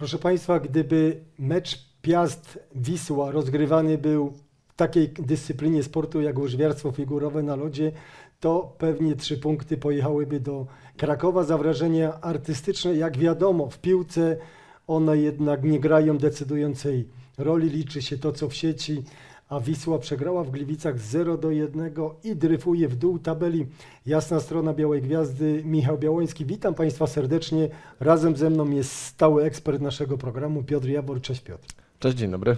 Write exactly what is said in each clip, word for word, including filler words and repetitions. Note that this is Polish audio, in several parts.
Proszę Państwa, gdyby mecz Piast-Wisła rozgrywany był w takiej dyscyplinie sportu jak łyżwiarstwo figurowe na lodzie, to pewnie trzy punkty pojechałyby do Krakowa za wrażenia artystyczne. Jak wiadomo, w piłce one jednak nie grają decydującej roli, liczy się to, co w sieci, a Wisła przegrała w Gliwicach zero do jednego i dryfuje w dół tabeli. Jasna strona Białej Gwiazdy, Michał Białoński. Witam Państwa serdecznie. Razem ze mną jest stały ekspert naszego programu, Piotr Jabor. Cześć Piotr. Cześć, dzień dobry.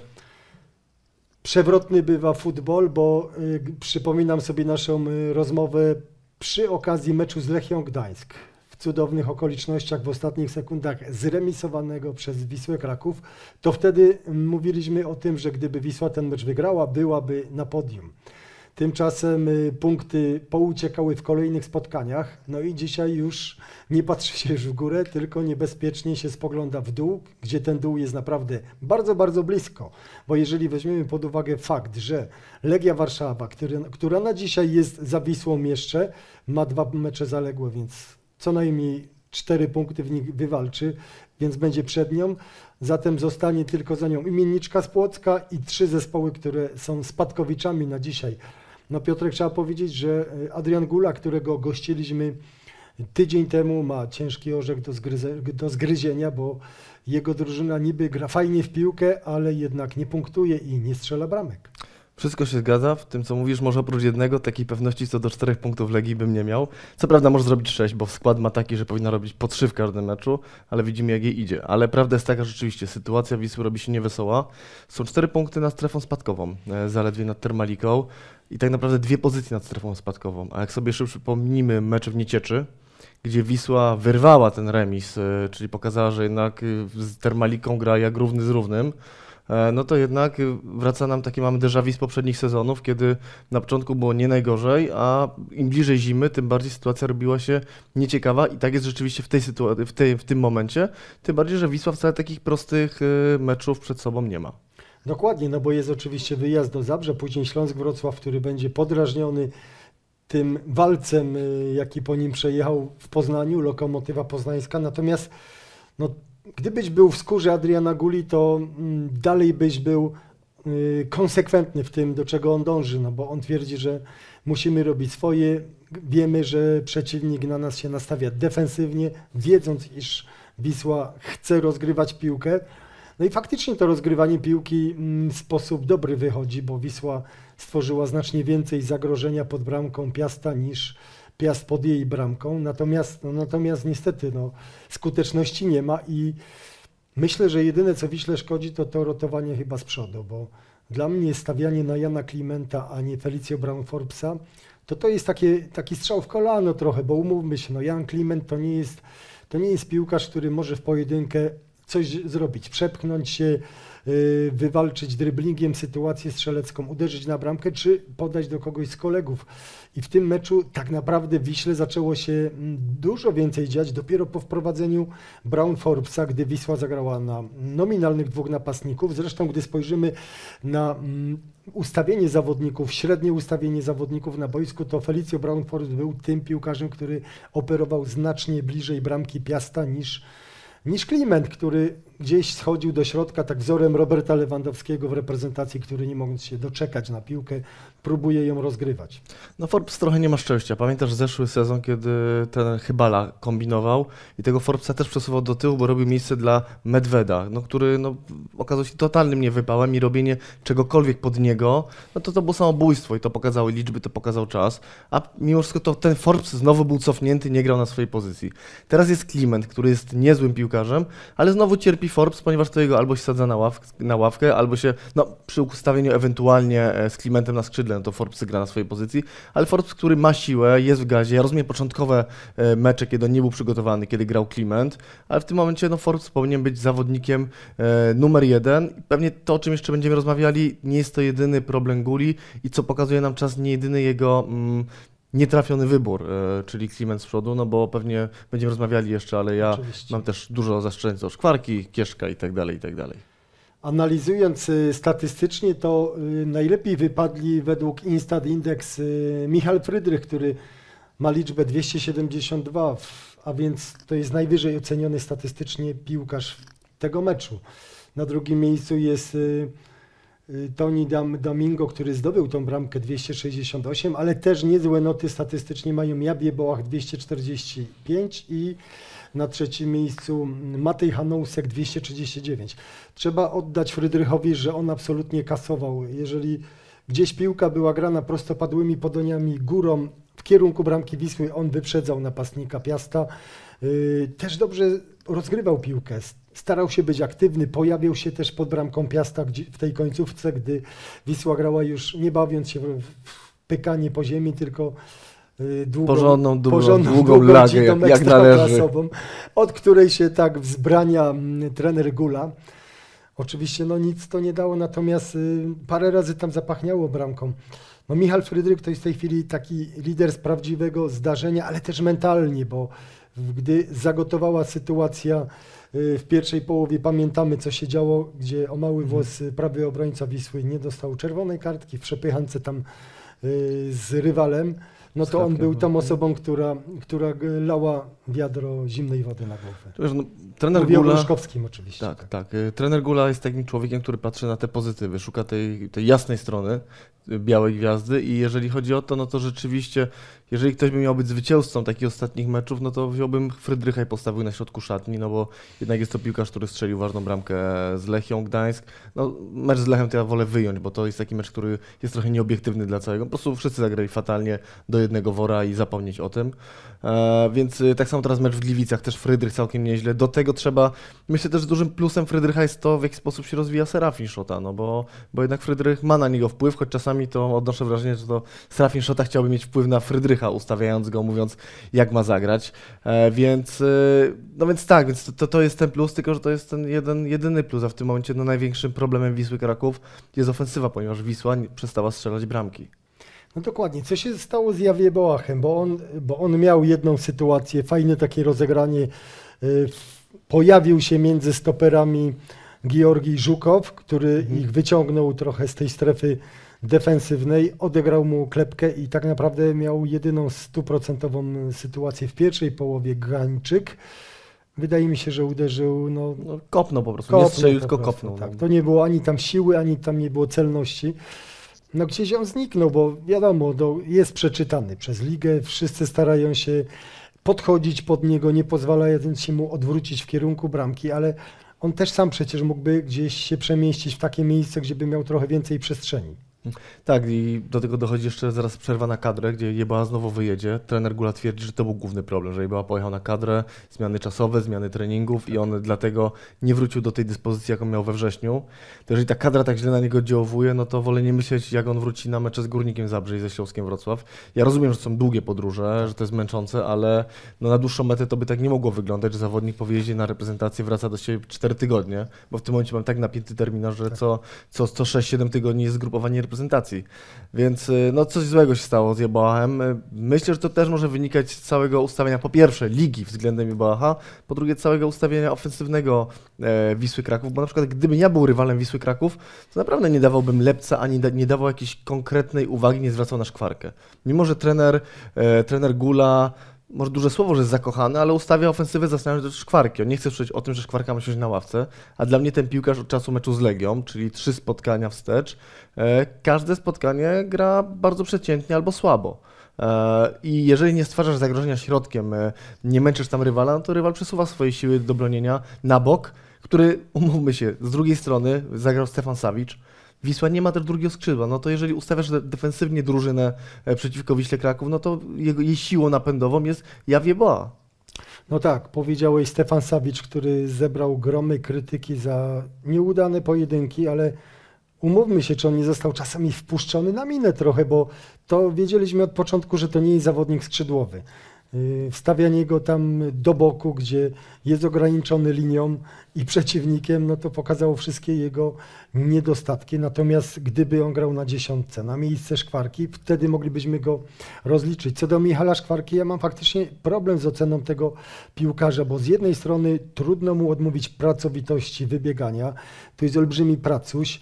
Przewrotny bywa futbol, bo y, przypominam sobie naszą y, rozmowę przy okazji meczu z Lechią Gdańsk. W cudownych okolicznościach, w ostatnich sekundach zremisowanego przez Wisłę Kraków. To wtedy mówiliśmy o tym, że gdyby Wisła ten mecz wygrała, byłaby na podium. Tymczasem y, punkty pouciekały w kolejnych spotkaniach. No i dzisiaj już nie patrzy się już w górę, tylko niebezpiecznie się spogląda w dół, gdzie ten dół jest naprawdę bardzo, bardzo blisko. Bo jeżeli weźmiemy pod uwagę fakt, że Legia Warszawa, który, która na dzisiaj jest za Wisłą jeszcze, ma dwa mecze zaległe, więc co najmniej cztery punkty w nich wywalczy, więc będzie przed nią. Zatem zostanie tylko za nią Imienniczka z Płocka i trzy zespoły, które są spadkowiczami na dzisiaj. No Piotrek, trzeba powiedzieć, że Adrian Gula, którego gościliśmy tydzień temu, ma ciężki orzech do, zgryze, do zgryzienia, bo jego drużyna niby gra fajnie w piłkę, ale jednak nie punktuje i nie strzela bramek. Wszystko się zgadza w tym, co mówisz. Może oprócz jednego, takiej pewności co do czterech punktów Legii bym nie miał. Co prawda może zrobić sześć, bo skład ma taki, że powinna robić po trzy w każdym meczu, ale widzimy jak jej idzie. Ale prawda jest taka, że rzeczywiście sytuacja Wisły robi się niewesoła. Są cztery punkty nad strefą spadkową, zaledwie nad Termaliką i tak naprawdę dwie pozycje nad strefą spadkową. A jak sobie jeszcze przypomnimy mecz w Niecieczy, gdzie Wisła wyrwała ten remis, czyli pokazała, że jednak z Termaliką gra jak równy z równym, no to jednak wraca nam takie, mamy déjà vu z poprzednich sezonów, kiedy na początku było nie najgorzej, a im bliżej zimy, tym bardziej sytuacja robiła się nieciekawa i tak jest rzeczywiście w, tej sytuacji, w, tej, w tym momencie, tym bardziej, że Wisła wcale takich prostych meczów przed sobą nie ma. Dokładnie, no bo jest oczywiście wyjazd do Zabrze, później Śląsk Wrocław, który będzie podrażniony tym walcem, jaki po nim przejechał w Poznaniu, Lokomotywa Poznańska, natomiast no, gdybyś był w skórze Adriana Guli, to mm, dalej byś był y, konsekwentny w tym, do czego on dąży, no bo on twierdzi, że musimy robić swoje, wiemy, że przeciwnik na nas się nastawia defensywnie, wiedząc, iż Wisła chce rozgrywać piłkę. No i faktycznie to rozgrywanie piłki w sposób dobry wychodzi, bo Wisła stworzyła znacznie więcej zagrożenia pod bramką Piasta niż Piast pod jej bramką. Natomiast, no, natomiast niestety no, skuteczności nie ma i myślę, że jedyne co Wiśle szkodzi to to rotowanie chyba z przodu, bo dla mnie stawianie na Jana Klimenta, a nie Felicjo Braun-Forbesa, to to jest takie, taki strzał w kolano trochę, bo umówmy się, no Jan Kliment to nie jest, to nie jest piłkarz, który może w pojedynkę coś zrobić, przepchnąć się, wywalczyć dryblingiem sytuację strzelecką, uderzyć na bramkę, czy podać do kogoś z kolegów. I w tym meczu tak naprawdę w Wiśle zaczęło się dużo więcej dziać dopiero po wprowadzeniu Braun-Forbesa, gdy Wisła zagrała na nominalnych dwóch napastników. Zresztą gdy spojrzymy na ustawienie zawodników, średnie ustawienie zawodników na boisku, to Felicjo Braun-Forbes był tym piłkarzem, który operował znacznie bliżej bramki Piasta niż niż Kliment, który gdzieś schodził do środka, tak wzorem Roberta Lewandowskiego w reprezentacji, który nie mogąc się doczekać na piłkę, próbuje ją rozgrywać. No Forbes trochę nie ma szczęścia. Pamiętasz zeszły sezon, kiedy ten Chybala kombinował i tego Forbesa też przesuwał do tyłu, bo robił miejsce dla Medveda, no, który no, okazał się totalnym niewypałem i robienie czegokolwiek pod niego, no to to było samobójstwo i to pokazały liczby, to pokazał czas, a mimo wszystko to ten Forbes znowu był cofnięty, nie grał na swojej pozycji. Teraz jest Kliment, który jest niezłym piłkarzem, ale znowu cierpi Forbes, ponieważ to jego albo się sadza na, ław, na ławkę, albo się, no przy ustawieniu ewentualnie z Klimentem na skrzydle, no to Forbes gra na swojej pozycji, ale Forbes, który ma siłę, jest w gazie. Ja rozumiem początkowe mecze, kiedy on nie był przygotowany, kiedy grał Kliment, ale w tym momencie no, Forbes powinien być zawodnikiem e, numer jeden. I pewnie to, o czym jeszcze będziemy rozmawiali, nie jest to jedyny problem Guli i co pokazuje nam czas, nie jedyny jego mm, nietrafiony wybór, e, czyli Kliment z przodu, no bo pewnie będziemy rozmawiali jeszcze, ale ja Oczywiście. mam też dużo zastrzeżeń co Szkwarki, Kieszka i tak dalej, i tak dalej. Analizując statystycznie, to najlepiej wypadli według Instat Index Michal Frydrych, który ma liczbę dwieście siedemdziesiąt dwa, a więc to jest najwyżej oceniony statystycznie piłkarz tego meczu. Na drugim miejscu jest Toni Domingo, który zdobył tą bramkę dwieście sześćdziesiąt osiem, ale też niezłe noty statystycznie mają Javier Boach dwieście czterdzieści pięć i na trzecim miejscu Matej Hanousek dwieście trzydzieści dziewięć. Trzeba oddać Frydrychowi, że on absolutnie kasował. Jeżeli gdzieś piłka była grana prostopadłymi podaniami górą w kierunku bramki Wisły, on wyprzedzał napastnika Piasta. Też dobrze rozgrywał piłkę, starał się być aktywny, pojawiał się też pod bramką Piasta w tej końcówce, gdy Wisła grała już nie bawiąc się w pykanie po ziemi, tylko długą, porządną, długą, porządną, długą długą lagę, jak, jak należy. Od której się tak wzbrania trener Gula. Oczywiście no nic to nie dało, natomiast parę razy tam zapachniało bramką. No Michal Frydrych to jest w tej chwili taki lider z prawdziwego zdarzenia, ale też mentalnie, bo gdy zagotowała sytuacja w pierwszej połowie, pamiętamy co się działo, gdzie o mały włos prawy obrońca Wisły nie dostał czerwonej kartki w przepychance tam z rywalem, no to on był tą osobą, która, która lała wiadro zimnej wody na głowę. Wiesz, no, trener Mówię Gula, o Gruszkowskim oczywiście. Tak, tak, tak. Trener Gula jest takim człowiekiem, który patrzy na te pozytywy, szuka tej, tej jasnej strony białej gwiazdy i jeżeli chodzi o to, no to rzeczywiście, jeżeli ktoś by miał być zwycięzcą takich ostatnich meczów, no to wziąłbym Frydrycha i postawił na środku szatni, no bo jednak jest to piłkarz, który strzelił ważną bramkę z Lechią Gdańsk. No mecz z Lechem to ja wolę wyjąć, bo to jest taki mecz, który jest trochę nieobiektywny dla całego. Po prostu wszyscy zagrali fatalnie do jednego wora i zapomnieć o tym. E, więc tak samo teraz mecz w Gliwicach, też Frydrych całkiem nieźle. Do tego trzeba, myślę też, że dużym plusem Frydrycha jest to, w jaki sposób się rozwija Serafin Szota, no bo, bo jednak Frydrych ma na niego wpływ, choć czasami to odnoszę wrażenie, że to Serafin Szota chciałby mieć wpływ na Frydrycha, ustawiając go, mówiąc jak ma zagrać. E, więc, e, no więc tak, więc to, to jest ten plus, tylko że to jest ten jeden, jedyny plus, a w tym momencie no, największym problemem Wisły Kraków jest ofensywa, ponieważ Wisła nie, przestała strzelać bramki. No dokładnie. Co się stało z Javier Boachem? Bo on, bo on miał jedną sytuację, fajne takie rozegranie. Pojawił się między stoperami Georgi Żukow, który mhm. ich wyciągnął trochę z tej strefy defensywnej, odegrał mu klepkę i tak naprawdę miał jedyną stuprocentową sytuację w pierwszej połowie Gańczyk. Wydaje mi się, że uderzył, no... no kopnął po prostu, kopnął nie strzelił, po tylko prostu, kopnął. Tak. No. To nie było ani tam siły, ani tam nie było celności. No gdzieś on zniknął, bo wiadomo, no, jest przeczytany przez ligę, wszyscy starają się podchodzić pod niego, nie pozwalając się mu odwrócić w kierunku bramki, ale on też sam przecież mógłby gdzieś się przemieścić w takie miejsce, gdzie by miał trochę więcej przestrzeni. Tak, i do tego dochodzi jeszcze zaraz przerwa na kadrę, gdzie Jeboa znowu wyjedzie. Trener Gula twierdzi, że to był główny problem, że Jeboa pojechał na kadrę, zmiany czasowe, zmiany treningów i on dlatego nie wrócił do tej dyspozycji, jaką miał we wrześniu. To jeżeli ta kadra tak źle na niego oddziałuje, no to wolę nie myśleć, jak on wróci na mecze z Górnikiem Zabrze i ze Śląskiem Wrocław. Ja rozumiem, że są długie podróże, że to jest męczące, ale no na dłuższą metę to by tak nie mogło wyglądać, że zawodnik po wyjeździe na reprezentację wraca do siebie cztery tygodnie, bo w tym momencie mam tak napięty terminarz, że co, co, co sześć siedem tygodni jest zgrupowanie reprezentacji. Więc no coś złego się stało z Jeboachem. Myślę, że to też może wynikać z całego ustawienia, po pierwsze ligi względem Jeboacha, po drugie całego ustawienia ofensywnego e, Wisły Kraków, bo na przykład gdybym ja był rywalem Wisły Kraków, to naprawdę nie dawałbym lepca, ani da, nie dawał jakiejś konkretnej uwagi, nie zwracał na szkwarkę. Mimo, że trener, e, trener Gula, może duże słowo, że jest zakochany, ale ustawia ofensywę zastanawiając do szkwarki. On nie chce słyszeć o tym, że szkwarka ma siedzieć na ławce, a dla mnie ten piłkarz od czasu meczu z Legią, czyli trzy spotkania wstecz, e, każde spotkanie gra bardzo przeciętnie albo słabo. E, I jeżeli nie stwarzasz zagrożenia środkiem, e, nie męczysz tam rywala, no to rywal przesuwa swoje siły do bronienia na bok, który, umówmy się, z drugiej strony zagrał Stefan Savic. Wisła nie ma też drugiego skrzydła, no to jeżeli ustawiasz defensywnie drużynę przeciwko Wiśle Kraków, no to jego, jej siłą napędową jest Javier Boa. No tak, powiedziałeś Stefan Savic, który zebrał gromy krytyki za nieudane pojedynki, ale umówmy się, czy on nie został czasami wpuszczony na minę trochę, bo to wiedzieliśmy od początku, że to nie jest zawodnik skrzydłowy. Wstawianie go tam do boku, gdzie jest ograniczony linią i przeciwnikiem, no to pokazało wszystkie jego niedostatki. Natomiast gdyby on grał na dziesiątce, na miejsce Szkwarki, wtedy moglibyśmy go rozliczyć. Co do Michala Szkwarki, ja mam faktycznie problem z oceną tego piłkarza, bo z jednej strony trudno mu odmówić pracowitości, wybiegania. To jest olbrzymi pracuś.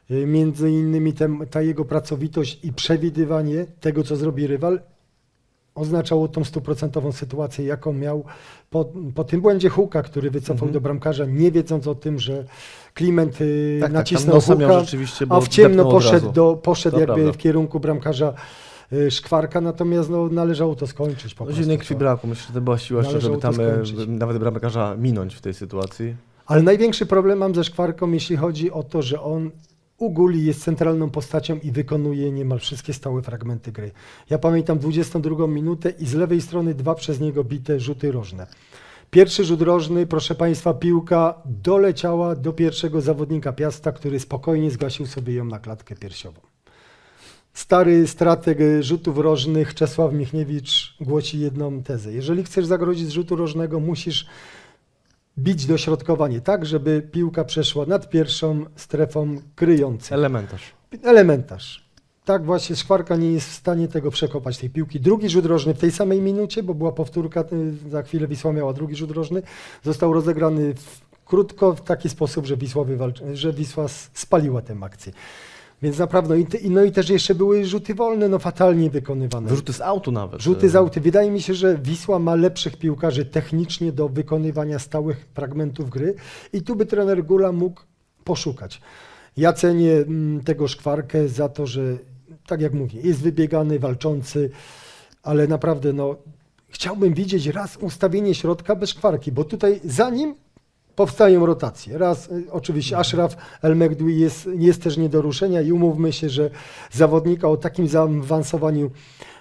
Między innymi ten, ta jego pracowitość i przewidywanie tego, co zrobi rywal, oznaczało tą stuprocentową sytuację, jaką miał po, po tym błędzie Huka, który wycofał Mhm. do bramkarza, nie wiedząc o tym, że Kliment y, Tak, tak, nacisnął tam nosa miał Huka, rzeczywiście, bo a w ciemno depnął od poszedł, razu. do, poszedł To jakby prawda. w kierunku bramkarza y, Szkwarka, natomiast no, należało to skończyć po No, prostu. zimnej krwi To. brakło. Myślę, że to była siła jeszcze, żeby Należało to tam e, skończyć. nawet bramkarza minąć w tej sytuacji. Ale największy problem mam ze Szkwarką, jeśli chodzi o to, że on u Guli jest centralną postacią i wykonuje niemal wszystkie stałe fragmenty gry. Ja pamiętam dwudziestą drugą minutę i z lewej strony dwa przez niego bite rzuty rożne. Pierwszy rzut rożny, proszę Państwa, piłka doleciała do pierwszego zawodnika Piasta, który spokojnie zgasił sobie ją na klatkę piersiową. Stary strateg rzutów rożnych Czesław Michniewicz głosi jedną tezę. Jeżeli chcesz zagrozić z rzutu rożnego, musisz bić dośrodkowanie tak, żeby piłka przeszła nad pierwszą strefą kryjącą. Elementarz. Elementarz. Tak właśnie Szkwarka nie jest w stanie tego przekopać, tej piłki. Drugi rzut rożny w tej samej minucie, bo była powtórka, y, za chwilę Wisła miała drugi rzut rożny, został rozegrany w, krótko w taki sposób, że Wisła, wywalczy, że Wisła s- spaliła tę akcję. Więc naprawdę, i te, i no i też jeszcze były rzuty wolne, no fatalnie wykonywane. Wyrzuty z autu nawet. Rzuty z auty. Wydaje mi się, że Wisła ma lepszych piłkarzy technicznie do wykonywania stałych fragmentów gry i tu by trener Gula mógł poszukać. Ja cenię mm, tego Szkwarkę za to, że tak jak mówię, jest wybiegany, walczący, ale naprawdę no, chciałbym widzieć raz ustawienie środka bez Szkwarki, bo tutaj za nim powstają rotacje. Raz y, oczywiście Ashraf El-Megdui jest, jest też nie do ruszenia i umówmy się, że zawodnika o takim zaawansowaniu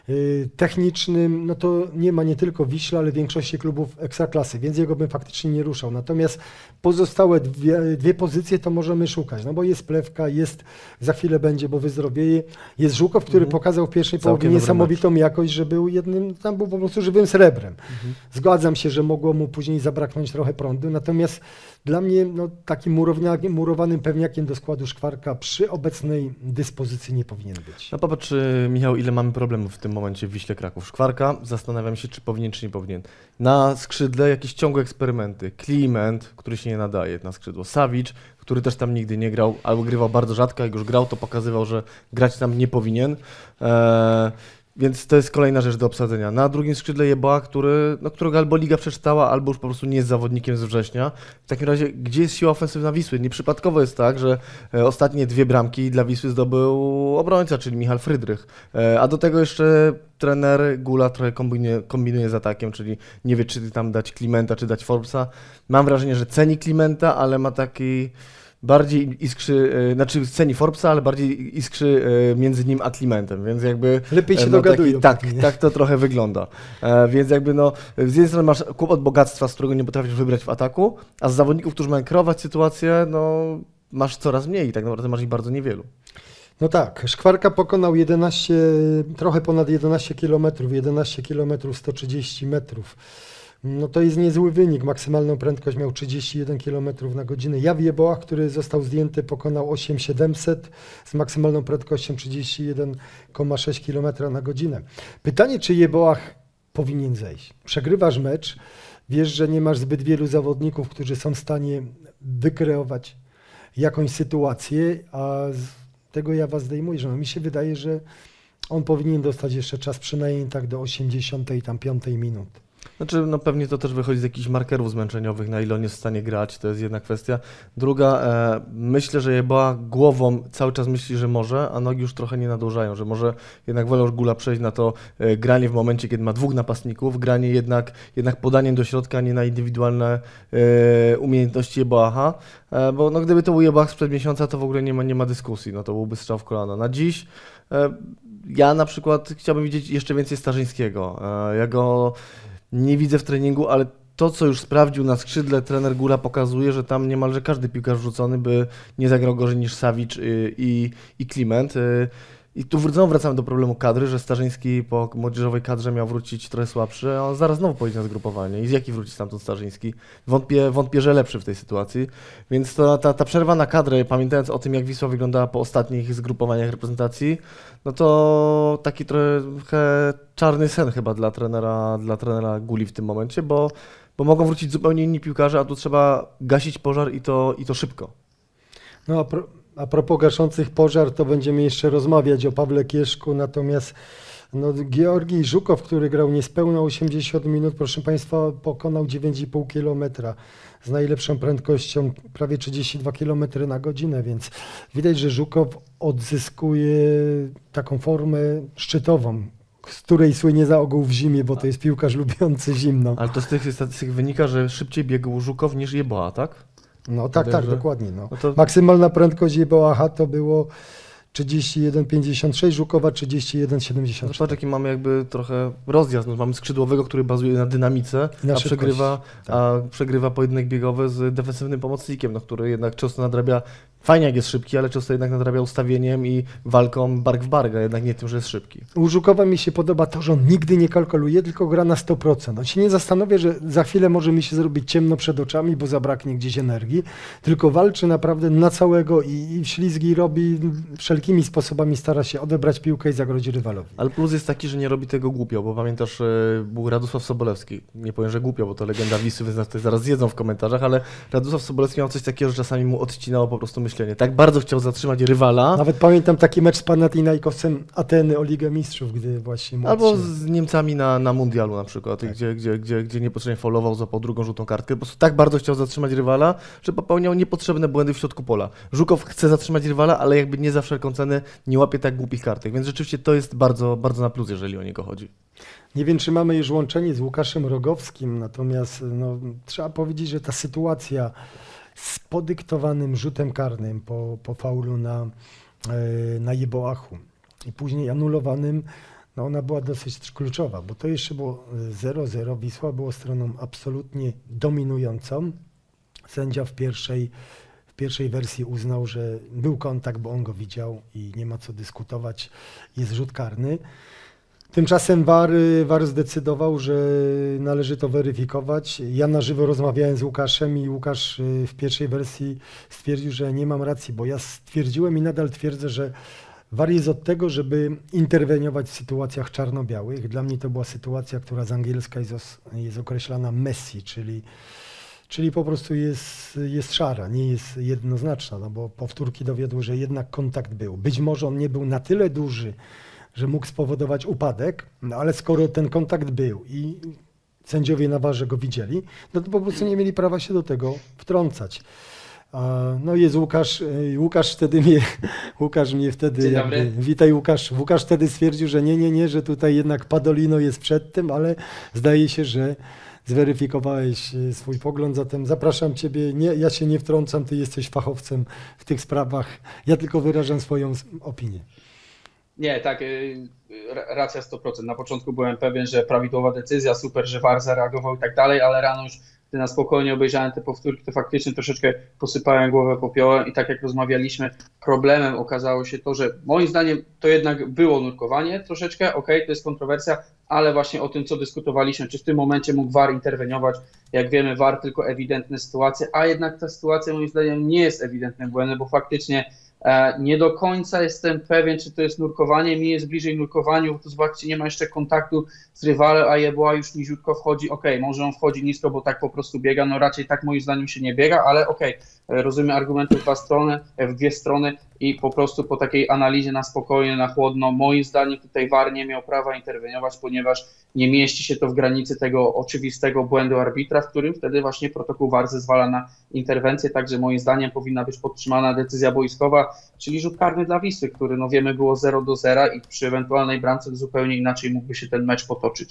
y, technicznym, no to nie ma nie tylko w Wiśle, ale w większości klubów ekstraklasy, więc jego bym faktycznie nie ruszał. Natomiast pozostałe dwie, dwie pozycje to możemy szukać, no bo jest Plewka, jest, za chwilę będzie, bo wyzdrowieje, jest Żukow, który Mhm. pokazał w pierwszej Całkiem połowie dobry niesamowitą jakość, że był jednym, tam był po prostu żywym srebrem. Mhm. Zgadzam się, że mogło mu później zabraknąć trochę prądu, natomiast dla mnie no, takim murowniakiem, murowanym pewniakiem do składu Szkwarka przy obecnej dyspozycji nie powinien być. No popatrz, y, Michał, ile mamy problemów w tym momencie w Wiśle Kraków. Szkwarka, zastanawiam się, czy powinien, czy nie powinien. Na skrzydle jakieś ciągłe eksperymenty. Kliment, który się nie nadaje na skrzydło. Sawicz, który też tam nigdy nie grał, albo grywał bardzo rzadko, jak już grał, to pokazywał, że grać tam nie powinien. Eee, Więc to jest kolejna rzecz do obsadzenia. Na drugim skrzydle Jeboa, który, no, którego albo liga przeczytała, albo już po prostu nie jest zawodnikiem z września. W takim razie, gdzie jest siła ofensywna Wisły? Nieprzypadkowo jest tak, że e, ostatnie dwie bramki dla Wisły zdobył obrońca, czyli Michal Frydrych. E, a do tego jeszcze trener Gula trochę kombinuje, kombinuje z atakiem, czyli nie wie, czy tam dać Klimenta, czy dać Forbesa. Mam wrażenie, że ceni Klimenta, ale ma taki... bardziej iskrzy, e, znaczy ceni Forbesa, ale bardziej iskrzy e, między nim a Klimentem, więc jakby... Lepiej się e, no, dogadują. tak, pewnie. tak to trochę wygląda. E, więc jakby no, z jednej strony masz kłopot bogactwa, z którego nie potrafisz wybrać w ataku, a z zawodników, którzy mają kreować sytuację, no masz coraz mniej i tak naprawdę masz ich bardzo niewielu. No tak, Szkwarka pokonał jedenaście, trochę ponad jedenaście kilometrów, jedenaście kilometrów sto trzydzieści metrów. No to jest niezły wynik, maksymalną prędkość miał trzydzieści jeden kilometrów na godzinę. Ja w Jebołach, który został zdjęty, pokonał osiem tysięcy siedemset z maksymalną prędkością trzydzieści jeden przecinek sześć kilometra na godzinę. Pytanie, czy Jebołach powinien zejść? Przegrywasz mecz, wiesz, że nie masz zbyt wielu zawodników, którzy są w stanie wykreować jakąś sytuację, a z tego ja was zdejmuję, że no mi się wydaje, że on powinien dostać jeszcze czas przynajmniej tak do osiemdziesiątej tam piątej minuty. Znaczy, no pewnie to też wychodzi z jakichś markerów zmęczeniowych, na ile on jest w stanie grać, to jest jedna kwestia. Druga, e, myślę, że Jeboa głową cały czas myśli, że może, a nogi już trochę nie nadążają, że może jednak wolał Gula przejść na to e, granie w momencie, kiedy ma dwóch napastników, granie jednak, jednak podaniem do środka, a nie na indywidualne e, umiejętności Jeboaha, e, bo no, gdyby to był Jeboach sprzed miesiąca, to w ogóle nie ma, nie ma dyskusji, no to byłby strzał w kolano. Na dziś e, ja na przykład chciałbym widzieć jeszcze więcej Starzyńskiego. E, ja go nie widzę w treningu, ale to, co już sprawdził na skrzydle, trener Gula pokazuje, że tam niemalże każdy piłkarz rzucony by nie zagrał gorzej niż Sawicz i, i, i Kliment. I tu znowu wracamy do problemu kadry, że Starzyński po młodzieżowej kadrze miał wrócić trochę słabszy, a on zaraz znowu pojedzie na zgrupowanie. I z jaki wróci stamtąd Starzyński? Wątpię, wątpię, że lepszy w tej sytuacji. Więc to, ta, ta przerwa na kadrę, pamiętając o tym, jak Wisła wyglądała po ostatnich zgrupowaniach reprezentacji, no to taki trochę czarny sen chyba dla trenera, dla trenera Guli w tym momencie, bo, bo mogą wrócić zupełnie inni piłkarze, a tu trzeba gasić pożar i to, i to szybko. No a, pro, a propos gaszących pożar, to będziemy jeszcze rozmawiać o Pawle Kieszku, natomiast No, Georgij Żukow, który grał niespełna osiemdziesiąt minut, proszę Państwa, pokonał dziewięć i pół kilometra z najlepszą prędkością prawie trzydzieści dwa kilometry na godzinę, więc widać, że Żukow odzyskuje taką formę szczytową, z której słynie za ogół w zimie, bo to jest piłkarz lubiący zimno. Ale to z tych statystyk wynika, że szybciej biegł Żukow niż Jeboa, tak? No tak, Wydaje, tak, że- dokładnie. No. No to- Maksymalna prędkość Jeboaha to było trzydzieści jeden pięćdziesiąt sześć, Żukowa trzydzieści jeden siedemdziesiąt No cztery. patrz, jaki mamy jakby trochę rozjazd. No, mamy skrzydłowego, który bazuje na dynamice, I na a szybkości, przegrywa, tak. a przegrywa pojedynek biegowy z defensywnym pomocnikiem, no, który jednak często nadrabia, fajnie jak jest szybki, ale często jednak nadrabia ustawieniem i walką bark w bark, a jednak nie tym, że jest szybki. U Żukowa mi się podoba to, że on nigdy nie kalkuluje, tylko gra na sto procent. On się nie zastanawia, że za chwilę może mi się zrobić ciemno przed oczami, bo zabraknie gdzieś energii, tylko walczy naprawdę na całego i, i ślizgi robi wszelkimi sposobami, stara się odebrać piłkę i zagrozić rywalowi. Ale plus jest taki, że nie robi tego głupio, bo pamiętasz, e, był Radosław Sobolewski. Nie powiem, że głupio, bo to legenda Wisły, więc nas tutaj zaraz zjedzą w komentarzach, ale Radosław Sobolewski miał coś takiego, że czasami mu odcinało po prostu myślenie. Tak bardzo chciał zatrzymać rywala, Nawet pamiętam taki mecz z Panathinaikosem Ateny o Ligę Mistrzów, gdy właśnie mu albo odcinał. z Niemcami na, na mundialu na przykład, gdzie, gdzie, gdzie, gdzie niepotrzebnie faulował, złapał drugą żółtą kartkę. Po prostu tak bardzo chciał zatrzymać rywala, że popełniał niepotrzebne błędy w środku pola. Żukow chce zatrzymać rywala, ale jakby nie za wszelką cenę nie łapie tak głupich kartek, więc rzeczywiście to jest bardzo, bardzo na plus, jeżeli o niego chodzi. Nie wiem, czy mamy już łączenie z Łukaszem Rogowskim, natomiast no, trzeba powiedzieć, że ta sytuacja z podyktowanym rzutem karnym po, po faulu na, e, na Jeboachu i później anulowanym, no ona była dosyć kluczowa, bo to jeszcze było zero zero. Wisła było stroną absolutnie dominującą. Sędzia w pierwszej, w pierwszej wersji uznał, że był kontakt, bo on go widział i nie ma co dyskutować, jest rzut karny. Tymczasem V A R, V A R zdecydował, że należy to weryfikować. Ja na żywo rozmawiałem z Łukaszem i Łukasz y, w pierwszej wersji stwierdził, że nie mam racji, bo ja stwierdziłem i nadal twierdzę, że V A R jest od tego, żeby interweniować w sytuacjach czarno-białych. Dla mnie to była sytuacja, która z angielska jest, os- jest określana messy, czyli, czyli po prostu jest, jest szara, nie jest jednoznaczna, no bo powtórki dowiodły, że jednak kontakt był. Być może on nie był na tyle duży, że mógł spowodować upadek, no ale skoro ten kontakt był i sędziowie na warze go widzieli, no to po prostu nie mieli prawa się do tego wtrącać. A, No jest Łukasz, y, Łukasz wtedy mnie, Łukasz mnie wtedy, Dzień jakby, dobry. witaj Łukasz, Łukasz wtedy stwierdził, że nie, nie, nie, że tutaj jednak Padolino jest przed tym, ale zdaje się, że zweryfikowałeś y, swój pogląd, zatem zapraszam Ciebie, nie, ja się nie wtrącam, Ty jesteś fachowcem w tych sprawach, ja tylko wyrażam swoją s- opinię. Nie, tak, y, ra- racja sto procent. Na początku byłem pewien, że prawidłowa decyzja, super, że V A R zareagował i tak dalej, ale rano już, gdy na spokojnie obejrzałem te powtórki, to faktycznie troszeczkę posypałem głowę popiołem i tak jak rozmawialiśmy, problemem okazało się to, że moim zdaniem to jednak było nurkowanie troszeczkę, okej, to jest kontrowersja, ale właśnie o tym, co dyskutowaliśmy, czy w tym momencie mógł V A R interweniować. Jak wiemy, V A R tylko ewidentne sytuacje, a jednak ta sytuacja moim zdaniem nie jest ewidentnym błędem, bo faktycznie E, Nie do końca jestem pewien, czy to jest nurkowanie. Mi jest bliżej nurkowaniu, bo to zobaczcie, nie ma jeszcze kontaktu z rywalem, a Jeboa już niziutko wchodzi. Okej, może on wchodzi nisko, bo tak po prostu biega. No raczej tak moim zdaniem się nie biega, ale okej, e, rozumiem argumenty w dwa strony, e, w dwie strony i po prostu po takiej analizie na spokojnie, na chłodno, moim zdaniem tutaj V A R nie miał prawa interweniować, ponieważ nie mieści się to w granicy tego oczywistego błędu arbitra, w którym wtedy właśnie protokół V A R zezwala na interwencję, także moim zdaniem powinna być podtrzymana decyzja boiskowa, czyli rzut karny dla Wisły, który no wiemy było zero do zera i przy ewentualnej bramce zupełnie inaczej mógłby się ten mecz potoczyć.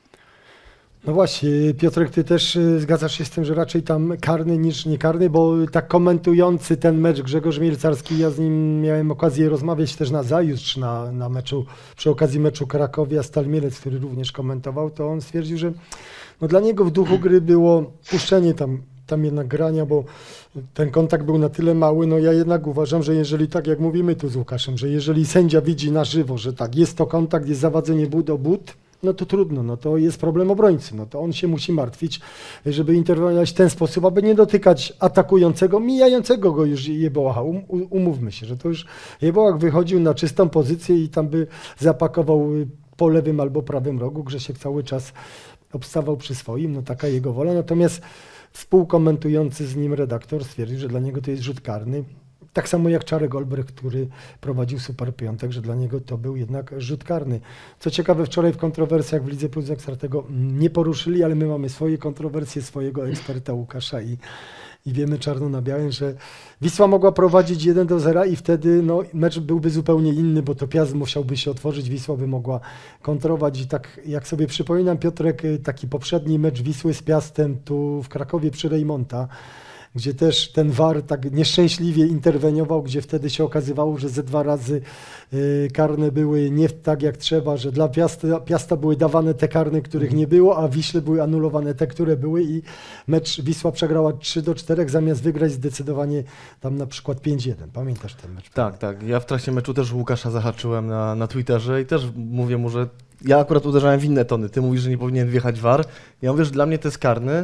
No właśnie, Piotrek, ty też y, zgadzasz się z tym, że raczej tam karny niż niekarny, bo tak komentujący ten mecz Grzegorz Mielcarski, ja z nim miałem okazję rozmawiać też na zajutrz na, na meczu, przy okazji meczu Krakowia-Stal Mielec, który również komentował, to on stwierdził, że no dla niego w duchu gry było puszczenie tam, tam jednak grania, bo ten kontakt był na tyle mały, no ja jednak uważam, że jeżeli tak jak mówimy tu z Łukaszem, że jeżeli sędzia widzi na żywo, że tak, jest to kontakt, jest zawadzenie but o but, no to trudno, no to jest problem obrońcy, no to on się musi martwić, żeby interweniować w ten sposób, aby nie dotykać atakującego, mijającego go już Jeboacha. Um, umówmy się, że to już Jeboach wychodził na czystą pozycję i tam by zapakował po lewym albo prawym rogu, Grzesiek cały czas obstawał przy swoim, no taka jego wola, natomiast współkomentujący z nim redaktor stwierdził, że dla niego to jest rzut karny. Tak samo jak Czarek Olbrecht, który prowadził Super Piątek, że dla niego to był jednak rzut karny. Co ciekawe, wczoraj w kontrowersjach w Lidze Plus Ekstra tego nie poruszyli, ale my mamy swoje kontrowersje, swojego eksperta Łukasza i, i wiemy czarno na białym, że Wisła mogła prowadzić jeden do zera i wtedy no, mecz byłby zupełnie inny, bo to Piast musiałby się otworzyć, Wisła by mogła kontrować. I tak jak sobie przypominam, Piotrek, taki poprzedni mecz Wisły z Piastem tu w Krakowie przy Rejmonta, gdzie też ten V A R tak nieszczęśliwie interweniował, gdzie wtedy się okazywało, że ze dwa razy y, karne były nie tak jak trzeba, że dla Piasta, Piasta były dawane te karne, których nie było, a Wiśle były anulowane te, które były i mecz Wisła przegrała trzy do czterech zamiast wygrać zdecydowanie tam na przykład pięć jeden. Pamiętasz ten mecz? Tak, tak. Ja w trakcie meczu też Łukasza zahaczyłem na, na Twitterze i też mówię mu, że ja akurat uderzałem w inne tony. Ty mówisz, że nie powinien wjechać V A R. Ja mówię, że dla mnie to jest karny,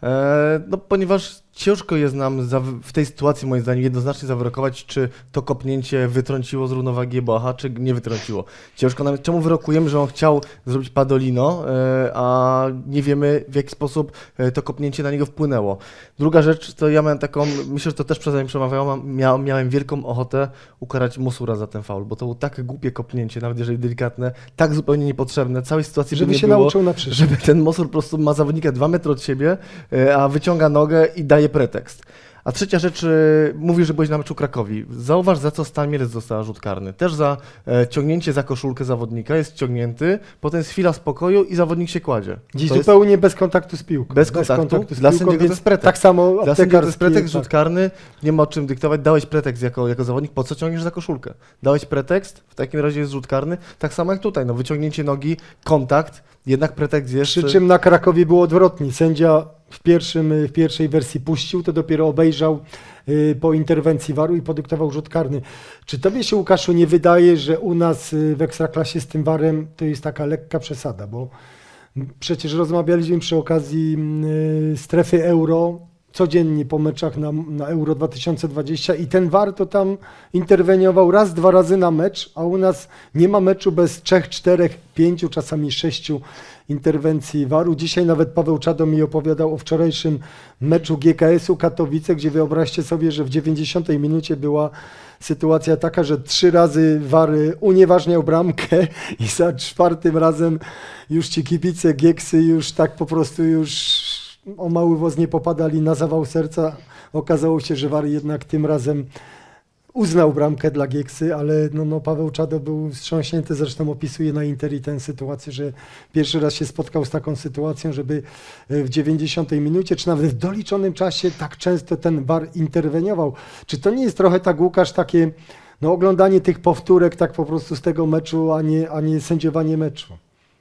e, no ponieważ ciężko jest nam za, w tej sytuacji moim zdaniem jednoznacznie zawyrokować, czy to kopnięcie wytrąciło z równowagi Eboacha, czy nie wytrąciło. Ciężko nam, czemu wyrokujemy, że on chciał zrobić Padolino, e, a nie wiemy, w jaki sposób e, to kopnięcie na niego wpłynęło. Druga rzecz, to ja miałem taką, myślę, że to też przeze mnie przemawiało, mia, miałem wielką ochotę ukarać Mosura za ten faul, bo to było takie głupie kopnięcie, nawet jeżeli delikatne, tak zupełnie niepotrzebne, całej sytuacji żeby by nie się było, nauczył na przyszłość. żeby ten Mosur po prostu ma zawodnika dwa metry od siebie, e, a wyciąga nogę i daje pretekst. A trzecia rzecz, y, mówisz, że byłeś na meczu Krakowi. Zauważ, za co Stal Mielec dostała rzut karny. Też za e, ciągnięcie za koszulkę zawodnika, jest ciągnięty, potem jest chwila spokoju i zawodnik się kładzie. Dziś To zupełnie bez kontaktu z piłką. Bez kontaktu? z Dla piłką, sędziego to więc jest pretekst. tak samo Dla sędziego to jest pretekst, tak. rzut karny, nie ma o czym dyktować. Dałeś pretekst jako, jako zawodnik, po co ciągniesz za koszulkę? Dałeś pretekst, w takim razie jest rzut karny. Tak samo jak tutaj, no wyciągnięcie nogi, kontakt, jednak pretekst jest... Przy czym na Krakowie było odwrotnie. Sędzia w, pierwszym, w pierwszej wersji puścił, to dopiero obejrzał y, po interwencji V A R-u i podyktował rzut karny. Czy tobie się, Łukaszu, nie wydaje, że u nas y, w Ekstraklasie z tym V A R-em to jest taka lekka przesada, bo przecież rozmawialiśmy przy okazji y, strefy euro codziennie po meczach na, na Euro dwa tysiące dwadzieścia i ten V A R to tam interweniował raz, dwa razy na mecz, a u nas nie ma meczu bez trzech, czterech, pięciu, czasami sześciu interwencji V A R-u. Dzisiaj nawet Paweł Czado mi opowiadał o wczorajszym meczu G K S-u Katowice, gdzie wyobraźcie sobie, że w dziewięćdziesiątej minucie była sytuacja taka, że trzy razy V A R unieważniał bramkę i za czwartym razem już ci kibice Gieksy już tak po prostu już o mały włos nie popadali na zawał serca. Okazało się, że V A R jednak tym razem uznał bramkę dla Gieksy, ale no, no Paweł Czado był wstrząśnięty, zresztą opisuje na Interi tę sytuację, że pierwszy raz się spotkał z taką sytuacją, żeby w dziewięćdziesiątej minucie, czy nawet w doliczonym czasie tak często ten V A R interweniował. Czy to nie jest trochę tak, Łukasz, takie no, oglądanie tych powtórek tak po prostu z tego meczu, a nie, a nie sędziowanie meczu?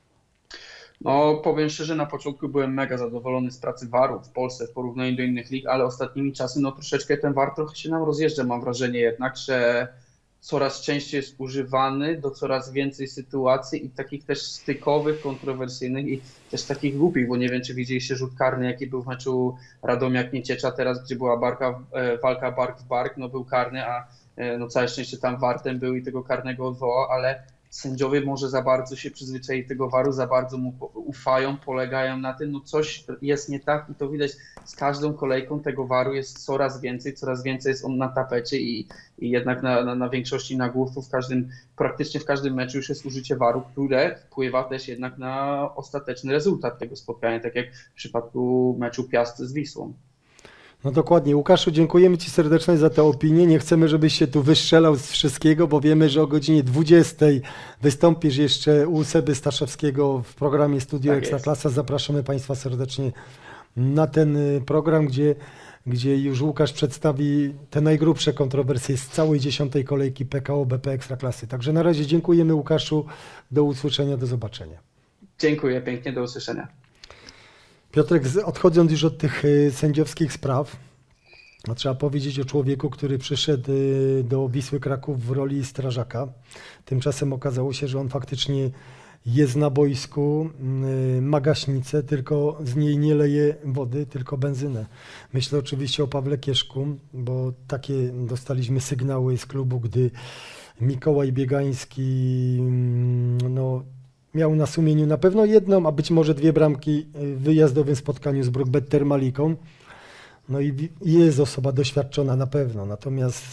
No, powiem szczerze, na początku byłem mega zadowolony z pracy V A R-u w Polsce w porównaniu do innych lig, ale ostatnimi czasy no troszeczkę ten V A R trochę się nam rozjeżdża. Mam wrażenie jednak, że coraz częściej jest używany do coraz więcej sytuacji i takich też stykowych, kontrowersyjnych i też takich głupich, bo nie wiem, czy widzieliście rzut karny, jaki był w meczu Radomiak-Nieciecza teraz, gdzie była barka, walka bark w bark, no był karny, a no całe szczęście tam wartem był i tego karnego odwołał, ale sędziowie może za bardzo się przyzwyczaili tego V A R-u, za bardzo mu ufają, polegają na tym, no coś jest nie tak i to widać z każdą kolejką tego V A R-u jest coraz więcej, coraz więcej jest on na tapecie i, i jednak na, na, na większości nagłówków, w każdym, praktycznie w każdym meczu już jest użycie V A R-u, które wpływa też jednak na ostateczny rezultat tego spotkania, tak jak w przypadku meczu Piast z Wisłą. No dokładnie. Łukaszu, dziękujemy Ci serdecznie za tę opinię. Nie chcemy, żebyś się tu wystrzelał z wszystkiego, bo wiemy, że o godzinie dwudziestej wystąpisz jeszcze u Seby Staszewskiego w programie Studio Tak Ekstraklasa. Zapraszamy Państwa serdecznie na ten program, gdzie, gdzie już Łukasz przedstawi te najgrubsze kontrowersje z całej dziesiątej kolejki P K O B P Ekstraklasy. Także na razie dziękujemy, Łukaszu. Do usłyszenia, do zobaczenia. Dziękuję pięknie, do usłyszenia. Piotrek, odchodząc już od tych sędziowskich spraw, no trzeba powiedzieć o człowieku, który przyszedł do Wisły Kraków w roli strażaka. Tymczasem okazało się, że on faktycznie jest na boisku, ma gaśnicę, tylko z niej nie leje wody, tylko benzynę. Myślę oczywiście o Pawle Kieszku, bo takie dostaliśmy sygnały z klubu, gdy Mikołaj Biegański no, miał na sumieniu na pewno jedną, a być może dwie bramki w wyjazdowym spotkaniu z Brookbet Termaliką. No i jest osoba doświadczona na pewno, natomiast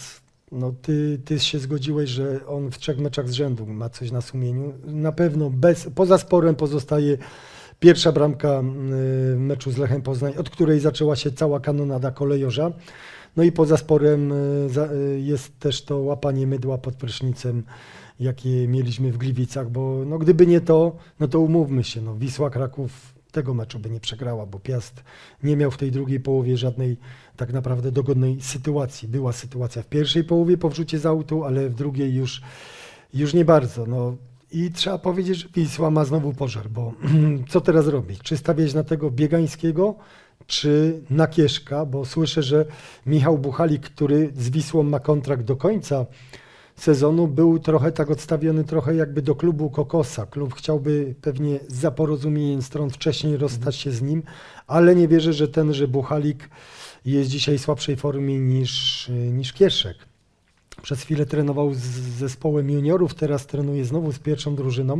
no ty, ty się zgodziłeś, że on w trzech meczach z rzędu ma coś na sumieniu. Na pewno bez, poza sporem pozostaje pierwsza bramka w meczu z Lechem Poznań, od której zaczęła się cała kanonada kolejorza. No i poza sporem jest też to łapanie mydła pod prysznicem, jakie mieliśmy w Gliwicach, bo no gdyby nie to, no to umówmy się, no Wisła Kraków tego meczu by nie przegrała, bo Piast nie miał w tej drugiej połowie żadnej tak naprawdę dogodnej sytuacji. Była sytuacja w pierwszej połowie po wrzucie z autu, ale w drugiej już, już nie bardzo. No i trzeba powiedzieć, że Wisła ma znowu pożar, bo co teraz robić? Czy stawiać na tego Biegańskiego, czy na Kieszka, bo słyszę, że Michał Buchalik, który z Wisłą ma kontrakt do końca sezonu, był trochę tak odstawiony trochę jakby do klubu Kokosa. Klub chciałby pewnie za porozumieniem stron wcześniej rozstać się z nim, ale nie wierzę, że ten, że Buchalik jest dzisiaj w słabszej formie niż, niż Kieszek. Przez chwilę trenował z zespołem juniorów, teraz trenuje znowu z pierwszą drużyną.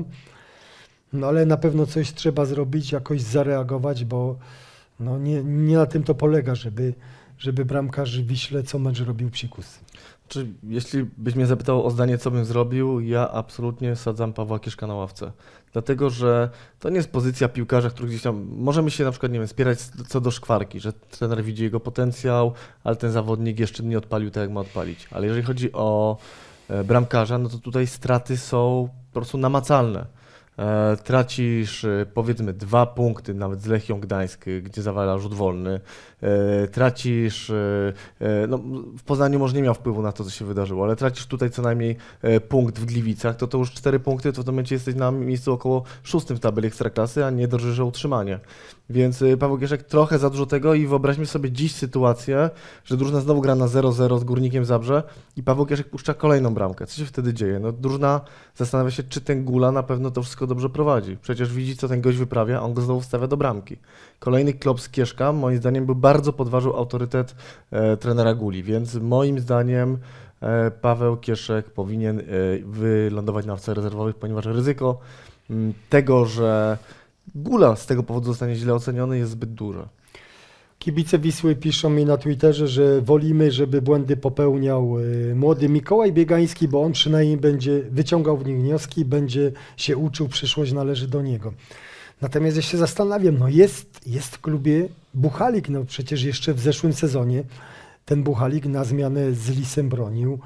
No ale na pewno coś trzeba zrobić, jakoś zareagować, bo no nie, nie na tym to polega, żeby, żeby bramkarz w Wiśle co mecz robił psikusy. Czy jeśli byś mnie zapytał o zdanie, co bym zrobił, ja absolutnie sadzam Pawła Kieszka na ławce. Dlatego, że to nie jest pozycja piłkarza, który gdzieś tam, możemy się na przykład, nie wiem, spierać co do Szkwarki, że trener widzi jego potencjał, ale ten zawodnik jeszcze nie odpalił tak, jak ma odpalić. Ale jeżeli chodzi o bramkarza, no to tutaj straty są po prostu namacalne. E, tracisz e, powiedzmy dwa punkty nawet z Lechią Gdańsk, gdzie zawala rzut wolny, e, tracisz, e, e, no w Poznaniu może nie miał wpływu na to, co się wydarzyło, ale tracisz tutaj co najmniej e, punkt w Gliwicach, to to już cztery punkty, to w tym momencie jesteś na miejscu około szóstym w tabeli Ekstraklasy, a nie drżysz o utrzymanie. Więc e, Paweł Kieszek trochę za dużo tego i wyobraźmy sobie dziś sytuację, że drużyna znowu gra na zero zero z Górnikiem Zabrze i Paweł Kieszek puszcza kolejną bramkę. Co się wtedy dzieje? No drużyna zastanawia się, czy ten Gula na pewno to wszystko dobrze prowadzi. Przecież widzi, co ten gość wyprawia, a on go znowu wstawia do bramki. Kolejny klop z Kieszka, moim zdaniem, by bardzo podważył autorytet e, trenera Guli, więc moim zdaniem e, Paweł Kieszek powinien e, wylądować na ławce rezerwowych, ponieważ ryzyko m, tego, że Gula z tego powodu zostanie źle oceniony, jest zbyt duże. Kibice Wisły piszą mi na Twitterze, że wolimy, żeby błędy popełniał młody Mikołaj Biegański, bo on przynajmniej będzie wyciągał w nich wnioski, będzie się uczył, przyszłość należy do niego. Natomiast ja się zastanawiam, no jest, jest w klubie Buchalik, no przecież jeszcze w zeszłym sezonie ten Buchalik na zmianę z Lisem bronił.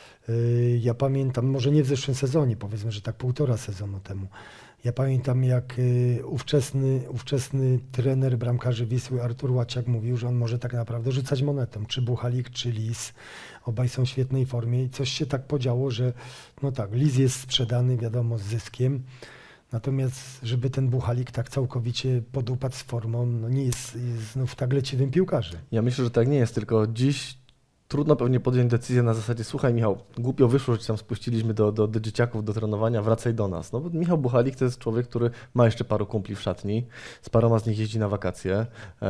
Ja pamiętam, może nie w zeszłym sezonie, powiedzmy, że tak półtora sezonu temu. Ja pamiętam, jak ówczesny, ówczesny trener bramkarzy Wisły Artur Łaciak mówił, że on może tak naprawdę rzucać monetą, czy Buchalik, czy Lis. Obaj są w świetnej formie i coś się tak podziało, że no tak, Lis jest sprzedany, wiadomo, z zyskiem. Natomiast, żeby ten Buchalik tak całkowicie podupadł z formą, no nie jest, jest znów tak leciwym piłkarzem. Ja myślę, że tak nie jest, tylko dziś trudno pewnie podjąć decyzję na zasadzie, słuchaj Michał, głupio wyszło, że cię tam spuściliśmy do, do, do dzieciaków, do trenowania, wracaj do nas. No bo Michał Buchalik to jest człowiek, który ma jeszcze paru kumpli w szatni, z paroma z nich jeździ na wakacje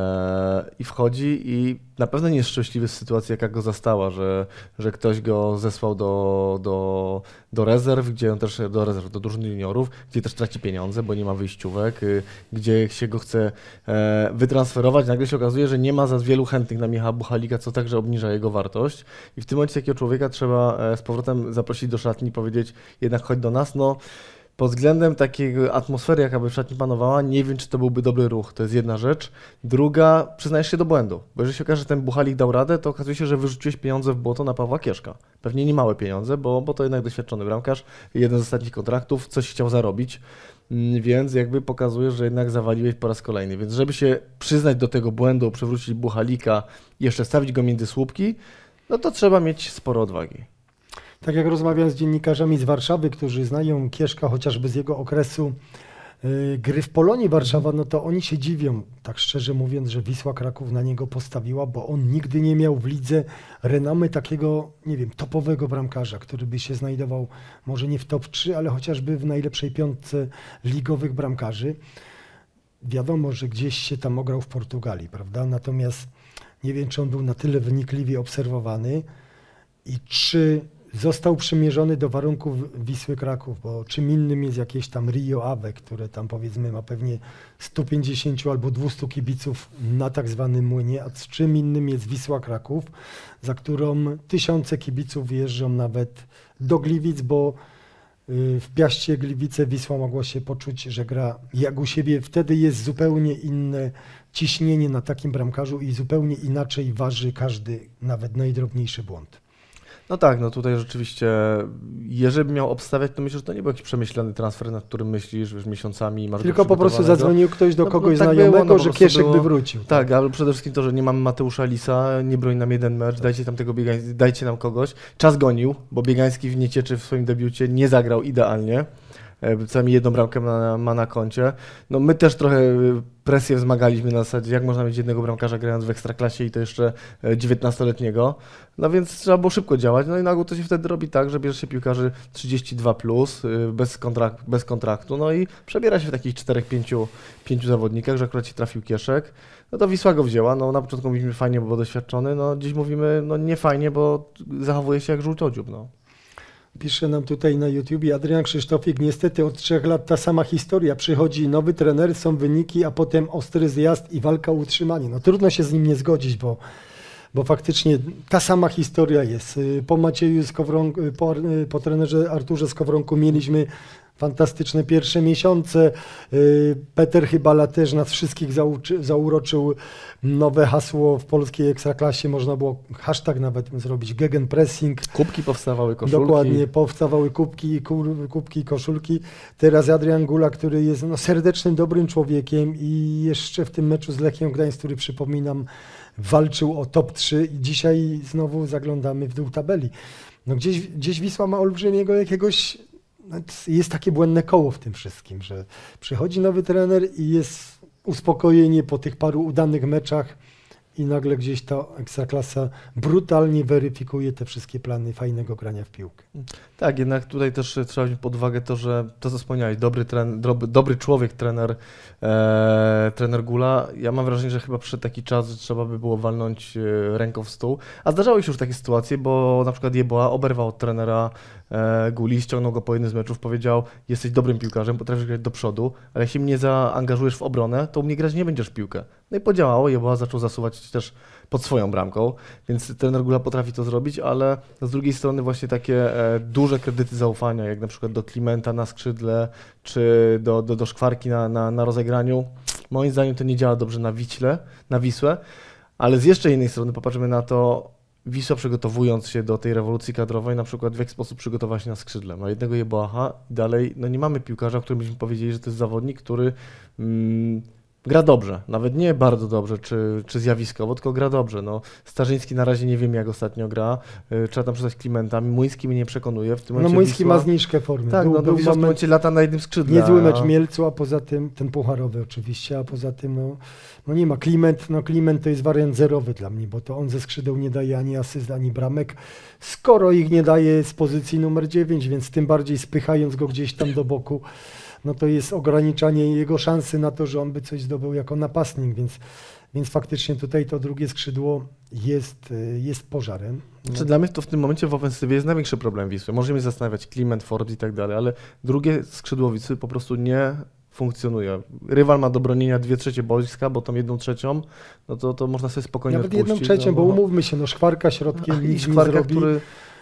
e, i wchodzi i na pewno nie jest szczęśliwy z sytuacji, jaka go zastała, że, że ktoś go zesłał do, do, do rezerw, gdzie on też, do rezerw, do drużyny juniorów, gdzie też traci pieniądze, bo nie ma wyjściówek, y, gdzie się go chce e, wytransferować. Nagle się okazuje, że nie ma za wielu chętnych na Michała Buchalika, co także obniża jego wartość. I w tym momencie takiego człowieka trzeba e, z powrotem zaprosić do szatni i powiedzieć, jednak chodź do nas. No, pod względem takiej atmosfery, jaka by w szatni panowała, nie wiem, czy to byłby dobry ruch. To jest jedna rzecz. Druga, przyznajesz się do błędu. Bo jeżeli się okaże, że ten Buchalik dał radę, to okazuje się, że wyrzuciłeś pieniądze w błoto na Pawła Kieszka. Pewnie nie małe pieniądze, bo, bo to jednak doświadczony bramkarz. Jeden z ostatnich kontraktów, coś chciał zarobić. Więc jakby pokazuje, że jednak zawaliłeś po raz kolejny. Więc żeby się przyznać do tego błędu, przywrócić Buchalika i jeszcze stawić go między słupki, no to trzeba mieć sporo odwagi. Tak jak rozmawiam z dziennikarzami z Warszawy, którzy znają Kieszka chociażby z jego okresu yy, gry w Polonii Warszawa, no to oni się dziwią, tak szczerze mówiąc, że Wisła Kraków na niego postawiła, bo on nigdy nie miał w lidze renomy takiego, nie wiem, topowego bramkarza, który by się znajdował może nie w top trzy, ale chociażby w najlepszej piątce ligowych bramkarzy. Wiadomo, że gdzieś się tam ograł w Portugalii, prawda? Natomiast nie wiem, czy on był na tyle wnikliwie obserwowany i czy został przymierzony do warunków Wisły Kraków, bo czym innym jest jakieś tam Rio Ave, które tam powiedzmy ma pewnie sto pięćdziesiąt albo dwieście kibiców na tak zwanym młynie, a z czym innym jest Wisła Kraków, za którą tysiące kibiców jeżdżą nawet do Gliwic, bo w Piaście Gliwice Wisła mogła się poczuć, że gra jak u siebie. Wtedy jest zupełnie inne ciśnienie na takim bramkarzu i zupełnie inaczej waży każdy, nawet najdrobniejszy błąd. No tak, no tutaj rzeczywiście, jeżeli miał obstawiać, to myślę, że to nie był jakiś przemyślany transfer, nad którym myślisz już miesiącami. Masz Tylko po prostu zadzwonił ktoś do no, kogoś no, tak znajomego, było, no, że Kieszek było, by wrócił. Tak, ale przede wszystkim to, że nie mamy Mateusza Lisa, nie broń nam jeden mecz, dajcie tam tego Biegańskiego, dajcie nam kogoś. Czas gonił, bo Biegański w Niecieczy w swoim debiucie nie zagrał idealnie. Co najmniej jedną bramkę ma, ma na koncie. No my też trochę presję wzmagaliśmy na zasadzie, jak można mieć jednego bramkarza grając w Ekstraklasie i to jeszcze dziewiętnastoletniego. No więc trzeba było szybko działać. No i nagle to się wtedy robi tak, że bierze się piłkarzy trzydzieści dwa plus, bez, kontrak bez kontraktu, no i przebiera się w takich czterech, pięciu, pięciu zawodnikach, że akurat się trafił Kieszek. No to Wisła go wzięła. No na początku mówiliśmy fajnie, bo był doświadczony, no dziś mówimy no nie fajnie, bo zachowuje się jak żółtodziób. No. Pisze nam tutaj na YouTubie Adrian Krzysztofik, niestety od trzech lat ta sama historia. Przychodzi nowy trener, są wyniki, a potem ostry zjazd i walka o utrzymanie. No trudno się z nim nie zgodzić, bo, bo faktycznie ta sama historia jest. Po Macieju Skowronku, po, po trenerze Arturze Skowronku mieliśmy fantastyczne pierwsze miesiące. Peter Chybala też nas wszystkich zauczy, zauroczył. Nowe hasło w polskiej Ekstraklasie, można było hashtag nawet zrobić, gegenpressing. Kubki powstawały, koszulki. Dokładnie, powstawały kubki, kubki, koszulki. Teraz Adrian Gula, który jest no, serdecznym, dobrym człowiekiem i jeszcze w tym meczu z Lechią Gdańsk, który przypominam, walczył o top trzy i dzisiaj znowu zaglądamy w dół tabeli. No gdzieś, gdzieś Wisła ma olbrzymiego jakiegoś, jest takie błędne koło w tym wszystkim, że przychodzi nowy trener i jest uspokojenie po tych paru udanych meczach i nagle gdzieś ta Ekstraklasa brutalnie weryfikuje te wszystkie plany fajnego grania w piłkę. Tak, jednak tutaj też trzeba wziąć pod uwagę to, że to co wspomniałeś, dobry, tren, dobry, dobry człowiek, trener, e, trener Gula. Ja mam wrażenie, że chyba przyszedł taki czas, że trzeba by było walnąć ręką w stół. A zdarzały się już takie sytuacje, bo na przykład Jeboa oberwał od trenera e, Guli, ściągnął go po jednym z meczów, powiedział: jesteś dobrym piłkarzem, potrafisz grać do przodu, ale jak się mnie zaangażujesz w obronę, to u mnie grać nie będziesz w piłkę. No i podziałało, Jeboa zaczął zasuwać też pod swoją bramką, więc trener Gula potrafi to zrobić, ale z drugiej strony właśnie takie e, duże kredyty zaufania, jak na przykład do Klimenta na skrzydle, czy do, do, do Szkwarki na, na, na rozegraniu, moim zdaniem to nie działa dobrze na Wiśle, na Wisłę, ale z jeszcze innej strony popatrzymy na to, Wisła przygotowując się do tej rewolucji kadrowej, na przykład w jaki sposób przygotowała się na skrzydle. Ma jednego Jeboacha i dalej no nie mamy piłkarza, o którym byśmy powiedzieli, że to jest zawodnik, który mm, gra dobrze, nawet nie bardzo dobrze, czy, czy zjawiskowo, tylko gra dobrze. No, Starzyński na razie nie wiem, jak ostatnio gra, yy, trzeba tam przestać Klimenta, Młyński mnie nie przekonuje. W tym no Młyński Wisła... ma zniżkę formy. Tak, był, no, był Wisła w tym momencie lata na jednym skrzydle. Niezły mecz Mielcu, a poza tym, ten pucharowy oczywiście, a poza tym no, no nie ma. Kliment, no Kliment to jest wariant zerowy dla mnie, bo to on ze skrzydeł nie daje ani asyst, ani bramek, skoro ich nie daje z pozycji numer dziewięć, więc tym bardziej spychając go gdzieś tam do boku, no to jest ograniczanie jego szansy na to, że on by coś zdobył jako napastnik, więc, więc faktycznie tutaj to drugie skrzydło jest, jest pożarem. No. Znaczy, dla mnie to w tym momencie w ofensywie jest największy problem Wisły. Możemy zastanawiać Kliment, Ford i tak dalej, ale drugie skrzydło Wisły po prostu nie funkcjonuje. Rywal ma do bronienia dwie trzecie boiska, bo tą jedną trzecią, no to, to można sobie spokojnie Nawet odpuścić. jedną trzecią, no, bo umówmy się, no Szkwarka środkiem nic Szkwarka, nie zrobi. który...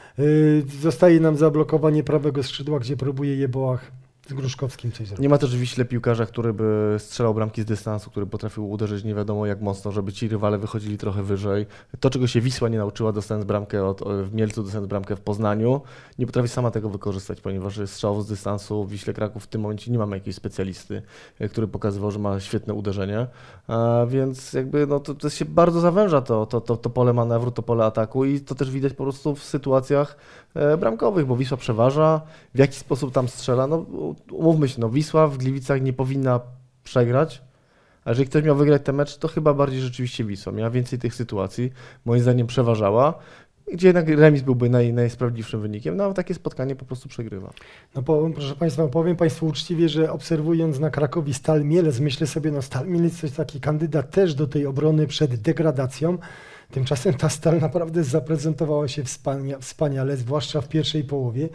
Zostaje nam zablokowanie prawego skrzydła, gdzie próbuje Jeboach z Gruszkowskim coś zrobić. Nie ma też w Wiśle piłkarza, który by strzelał bramki z dystansu, który potrafił uderzyć nie wiadomo jak mocno, żeby ci rywale wychodzili trochę wyżej. To, czego się Wisła nie nauczyła, dostając bramkę od, w Mielcu, dostając bramkę w Poznaniu, nie potrafi sama tego wykorzystać, ponieważ strzałów z dystansu w Wiśle Kraków w tym momencie nie mamy jakiegoś specjalisty, który pokazywał, że ma świetne uderzenie, a więc jakby no, to, to się bardzo zawęża to, to, to, to pole manewru, to pole ataku i to też widać po prostu w sytuacjach e, bramkowych, bo Wisła przeważa, w jaki sposób tam strzela, no umówmy się, no Wisła w Gliwicach nie powinna przegrać, a jeżeli ktoś miał wygrać ten mecz, to chyba bardziej rzeczywiście Wisła. Miała więcej tych sytuacji, moim zdaniem przeważała, gdzie jednak remis byłby naj, najsprawiedliwszym wynikiem, no a takie spotkanie po prostu przegrywa. No po, proszę Państwa, powiem Państwu uczciwie, że obserwując na Krakowi Stal Mielec, myślę sobie, no Stal Mielec to jest taki kandydat też do tej obrony przed degradacją, Tymczasem ta Stal naprawdę zaprezentowała się wspania, wspaniale, zwłaszcza w pierwszej połowie.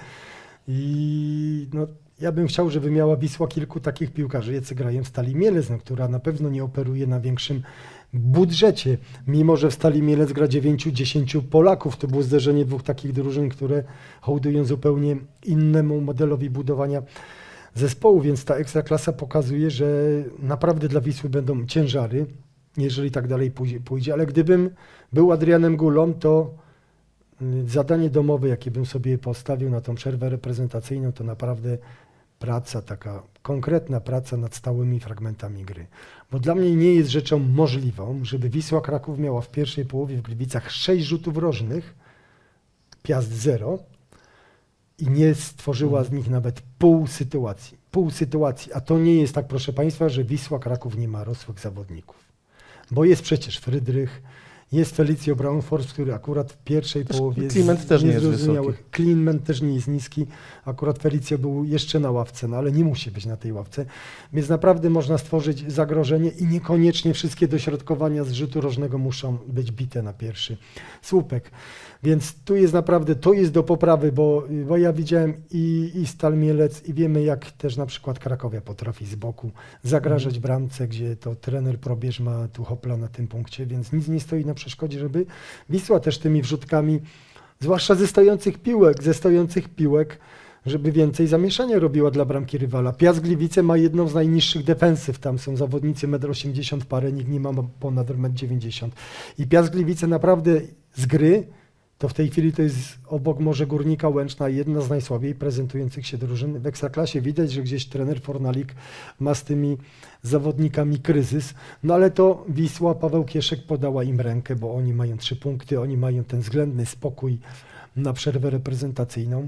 I no, ja bym chciał, żeby miała Wisła kilku takich piłkarzy, jacy grają w Stali Mielec, no, która na pewno nie operuje na większym budżecie. Mimo że w Stali Mielec gra dziewięciu dziesięciu Polaków. To było zderzenie dwóch takich drużyn, które hołdują zupełnie innemu modelowi budowania zespołu, więc ta Ekstraklasa pokazuje, że naprawdę dla Wisły będą ciężary, jeżeli tak dalej pójdzie. Ale gdybym był Adrianem Gulą, to zadanie domowe, jakie bym sobie postawił na tą przerwę reprezentacyjną, to naprawdę praca, taka konkretna praca nad stałymi fragmentami gry. Bo dla mnie nie jest rzeczą możliwą, żeby Wisła Kraków miała w pierwszej połowie w Gliwicach sześć rzutów rożnych, Piast zero i nie stworzyła z nich nawet pół sytuacji. Pół sytuacji. A to nie jest tak, proszę Państwa, że Wisła Kraków nie ma rosłych zawodników. Bo jest przecież Frydrych, jest Felicio Braunfors, który akurat w pierwszej też połowie Kliment też nie jest wysoki. Kliment też nie jest niski. Akurat Felicio był jeszcze na ławce, no ale nie musi być na tej ławce. Więc naprawdę można stworzyć zagrożenie i niekoniecznie wszystkie dośrodkowania z rzutu rożnego muszą być bite na pierwszy słupek. Więc tu jest naprawdę, to jest do poprawy, bo, bo ja widziałem i, i Stal Mielec i wiemy, jak też na przykład Krakowia potrafi z boku zagrażać mm. bramce, gdzie to trener Probierz ma tu hopla na tym punkcie, więc nic nie stoi na przeszkodzie, żeby Wisła też tymi wrzutkami, zwłaszcza ze stojących piłek, ze stojących piłek, żeby więcej zamieszania robiła dla bramki rywala. Piast Gliwice ma jedną z najniższych defensyw, tam są zawodnicy metr osiemdziesiąt parę, nikt nie ma ponad metr dziewięćdziesiąt. I Piast Gliwice naprawdę z gry, to w tej chwili to jest obok może Górnika Łęczna jedna z najsłabiej prezentujących się drużyn w Ekstraklasie. Widać, że gdzieś trener Fornalik ma z tymi zawodnikami kryzys, no ale to Wisła, Paweł Kieszek podała im rękę, bo oni mają trzy punkty, oni mają ten względny spokój na przerwę reprezentacyjną.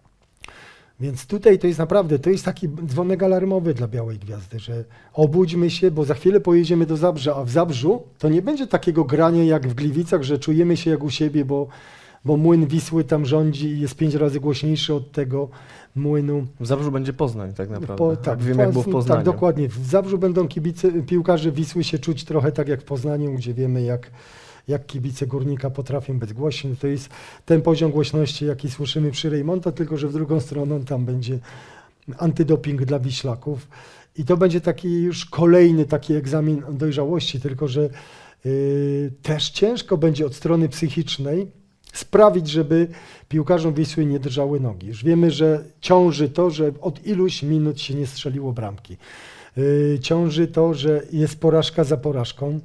Więc tutaj to jest naprawdę, to jest taki dzwonek alarmowy dla Białej Gwiazdy, że obudźmy się, bo za chwilę pojedziemy do Zabrza, a w Zabrzu to nie będzie takiego grania jak w Gliwicach, że czujemy się jak u siebie, bo, bo młyn Wisły tam rządzi i jest pięć razy głośniejszy od tego młynu. W Zabrzu będzie Poznań tak naprawdę, Po, tak, wiem jak było w Poznaniu. Tak, dokładnie. W Zabrzu będą kibice, piłkarze Wisły się czuć trochę tak jak w Poznaniu, gdzie wiemy jak jak kibice Górnika potrafią być głośni. To jest ten poziom głośności, jaki słyszymy przy Rejmonta, tylko że w drugą stronę tam będzie antydoping dla Wiślaków. I to będzie taki już kolejny taki egzamin dojrzałości, tylko że yy, też ciężko będzie od strony psychicznej sprawić, żeby piłkarzom Wisły nie drżały nogi. Już wiemy, że ciąży to, że od iluś minut się nie strzeliło bramki. Yy, ciąży to, że jest porażka za porażką.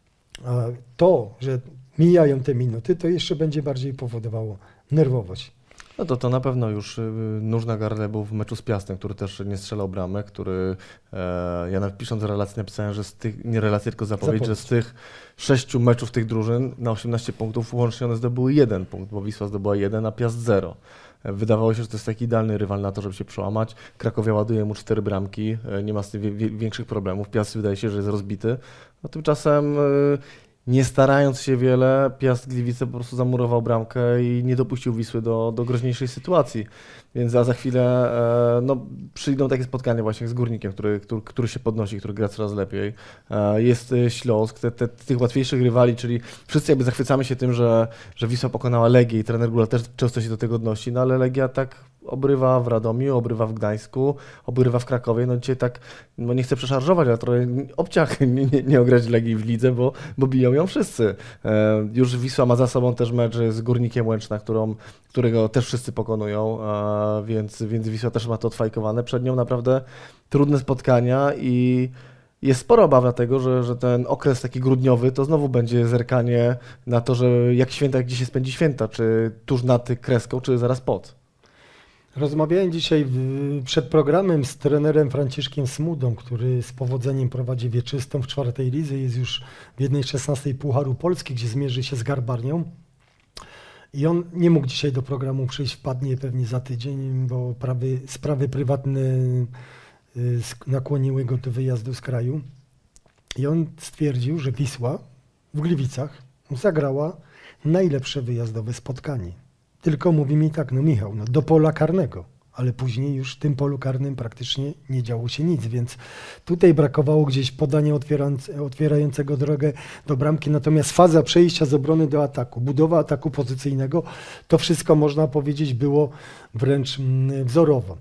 A to, że mijają te minuty, to jeszcze będzie bardziej powodowało nerwowość. No to to na pewno już nóż na gardle był w meczu z Piastem, który też nie strzelał bramek, który e, ja nawet pisząc relację napisałem, że z tych, nie relację, tylko zapowiedź, zapowiedź, że z tych sześciu meczów tych drużyn na osiemnaście punktów łącznie one zdobyły jeden punkt, bo Wisła zdobyła jeden, a Piast zero. Wydawało się, że to jest taki idealny rywal na to, żeby się przełamać. Krakowia ładuje mu cztery bramki, nie ma z tym wie, większych problemów. Piast wydaje się, że jest rozbity. No tymczasem nie starając się wiele, Piast Gliwice po prostu zamurował bramkę i nie dopuścił Wisły do, do groźniejszej sytuacji. Więc za, za chwilę no, przyjdą takie spotkania właśnie z Górnikiem, który, który, który się podnosi, który gra coraz lepiej. Jest Śląsk, te, te, tych łatwiejszych rywali, czyli wszyscy jakby zachwycamy się tym, że, że Wisła pokonała Legię i trener Gula też często się do tego odnosi, no ale Legia tak obrywa w Radomiu, obrywa w Gdańsku, obrywa w Krakowie. No dzisiaj tak, no nie chcę przeszarżować, ale trochę obciach nie, nie, nie ograć Legii w lidze, bo, bo biją ją wszyscy. E, już Wisła ma za sobą też mecz z Górnikiem Łęczna, którą, którego też wszyscy pokonują, e, więc, więc Wisła też ma to odfajkowane. Przed nią naprawdę trudne spotkania i jest sporo obaw dlatego, że, że ten okres taki grudniowy to znowu będzie zerkanie na to, że jak święta, gdzie się spędzi święta, czy tuż nad kreską, czy zaraz pod. Rozmawiałem dzisiaj w, przed programem z trenerem Franciszkiem Smudą, który z powodzeniem prowadzi Wieczystą w czwartej lidze, jest już w jednej szesnastej Pucharu Polski, gdzie zmierzy się z Garbarnią. I on nie mógł dzisiaj do programu przyjść, wpadnie pewnie za tydzień, bo prawy, sprawy prywatne y, nakłoniły go do wyjazdu z kraju. I on stwierdził, że Wisła w Gliwicach zagrała najlepsze wyjazdowe spotkanie. Tylko mówi mi tak, no Michał, no do pola karnego, ale później już w tym polu karnym praktycznie nie działo się nic, więc tutaj brakowało gdzieś podania otwierającego drogę do bramki, natomiast faza przejścia z obrony do ataku, budowa ataku pozycyjnego, to wszystko można powiedzieć było wręcz wzorowo.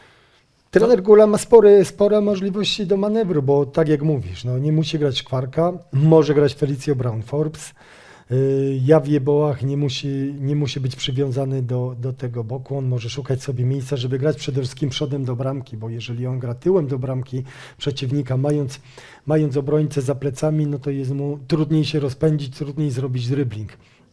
Trener Gula ma spore, spore możliwości do manewru, bo tak jak mówisz, no nie musi grać Szkwarka, może grać Felicio Brown-Forbes. Jawie Boach nie musi, nie musi być przywiązany do, do tego boku, on może szukać sobie miejsca, żeby grać przede wszystkim przodem do bramki, bo jeżeli on gra tyłem do bramki przeciwnika, mając, mając obrońcę za plecami, no to jest mu trudniej się rozpędzić, trudniej zrobić dribbling.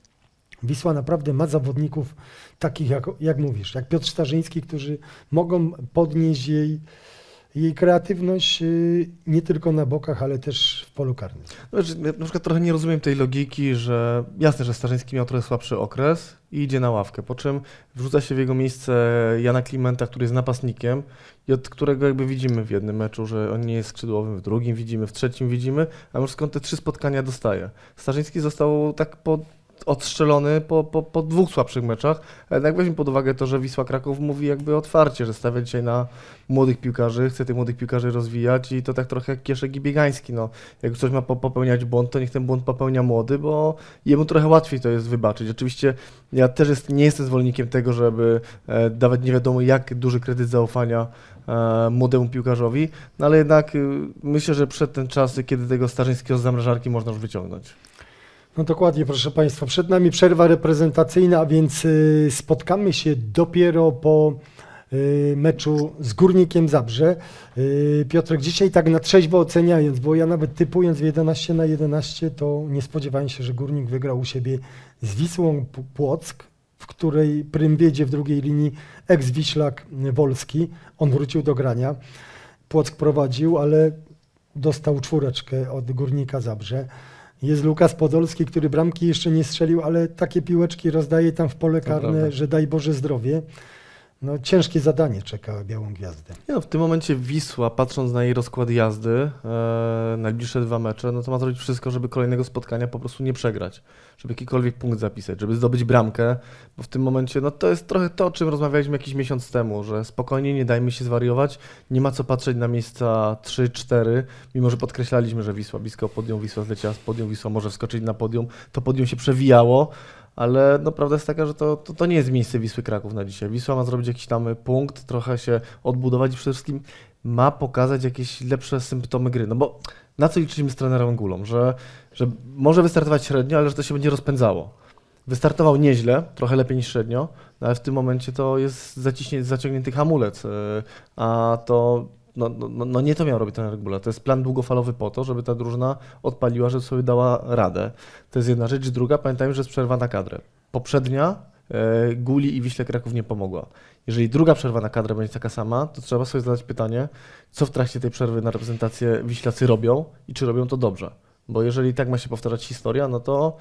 Wisła naprawdę ma zawodników takich, jak, jak mówisz, jak Piotr Starzyński, którzy mogą podnieść jej, jej kreatywność yy, nie tylko na bokach, ale też w polu karnym. No, ja na przykład trochę nie rozumiem tej logiki, że jasne, że Starzyński miał trochę słabszy okres i idzie na ławkę, po czym wrzuca się w jego miejsce Jana Klimenta, który jest napastnikiem i od którego jakby widzimy w jednym meczu, że on nie jest skrzydłowym, w drugim widzimy, w trzecim widzimy, a już skąd te trzy spotkania dostaje. Starzyński został tak po odstrzelony po, po, po dwóch słabszych meczach, ale jednak weźmy pod uwagę to, że Wisła Kraków mówi jakby otwarcie, że stawia dzisiaj na młodych piłkarzy, chce tych młodych piłkarzy rozwijać i to tak trochę jak Kieszek i Biegański, no. Jak ktoś ma popełniać błąd, to niech ten błąd popełnia młody, bo jemu trochę łatwiej to jest wybaczyć. Oczywiście ja też jest, nie jestem zwolennikiem tego, żeby e, dawać nie wiadomo jak duży kredyt zaufania e, młodemu piłkarzowi, no ale jednak e, myślę, że przed ten czas, kiedy tego Starzyńskiego z zamrażarki można już wyciągnąć. No dokładnie, proszę Państwa. Przed nami przerwa reprezentacyjna, a więc y, spotkamy się dopiero po y, meczu z Górnikiem Zabrze. Y, Piotrek, dzisiaj tak na trzeźwo oceniając, bo ja nawet typując w jedenaście na jedenaście, to nie spodziewałem się, że Górnik wygrał u siebie z Wisłą Płock, w której prym wiedzie w drugiej linii eks-Wiślak Wolski. On wrócił do grania. Płock prowadził, ale dostał czwóreczkę od Górnika Zabrze. Jest Lukas Podolski, który bramki jeszcze nie strzelił, ale takie piłeczki rozdaje tam w pole karne, że daj Boże zdrowie. No, ciężkie zadanie czeka Białą Gwiazdę. Nie no, w tym momencie Wisła, patrząc na jej rozkład jazdy, e, najbliższe dwa mecze, no to ma zrobić wszystko, żeby kolejnego spotkania po prostu nie przegrać, żeby jakikolwiek punkt zapisać, żeby zdobyć bramkę, bo w tym momencie no to jest trochę to, o czym rozmawialiśmy jakiś miesiąc temu, że spokojnie, nie dajmy się zwariować, nie ma co patrzeć na miejsca trzy cztery, mimo że podkreślaliśmy, że Wisła blisko podium, Wisła zleciała z podium, Wisła może wskoczyć na podium, to podium się przewijało, ale no, prawda jest taka, że to, to, to nie jest miejsce Wisły Kraków na dzisiaj. Wisła ma zrobić jakiś tam punkt, trochę się odbudować i przede wszystkim ma pokazać jakieś lepsze symptomy gry. No bo na co liczyliśmy z trenerem Gulą? Że, że może wystartować średnio, ale że to się będzie rozpędzało. Wystartował nieźle, trochę lepiej niż średnio, no ale w tym momencie to jest zaciśnięty, zaciągnięty hamulec, a to no, no, no nie to miał robić trener Gula. To jest plan długofalowy po to, żeby ta drużyna odpaliła, żeby sobie dała radę. To jest jedna rzecz. Druga, pamiętajmy, że jest przerwa na kadrę. Poprzednia e, Guli i Wiśle Kraków nie pomogła. Jeżeli druga przerwa na kadrę będzie taka sama, to trzeba sobie zadać pytanie, co w trakcie tej przerwy na reprezentację Wiślacy robią i czy robią to dobrze. Bo jeżeli tak ma się powtarzać historia, no to